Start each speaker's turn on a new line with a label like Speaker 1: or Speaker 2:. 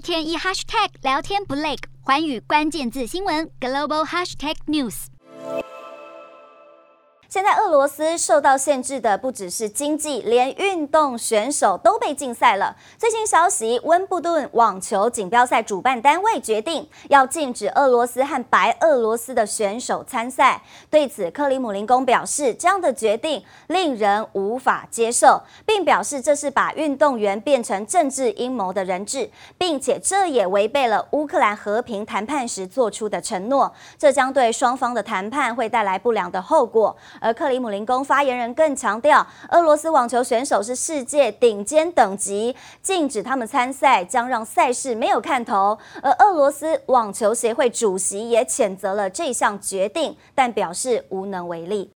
Speaker 1: 天一 hashtag 聊天不累，寰宇关键字新闻 global hashtag news。
Speaker 2: 现在俄罗斯受到限制的不只是经济，连运动选手都被禁赛了。最新消息，温布顿网球锦标赛主办单位决定要禁止俄罗斯和白俄罗斯的选手参赛。对此，克里姆林宫表示，这样的决定令人无法接受，并表示这是把运动员变成政治阴谋的人质，并且这也违背了乌克兰和平谈判时做出的承诺。这将对双方的谈判会带来不良的后果。而克里姆林宫发言人更强调，俄罗斯网球选手是世界顶尖等级，禁止他们参赛将让赛事没有看头。而俄罗斯网球协会主席也谴责了这项决定，但表示无能为力。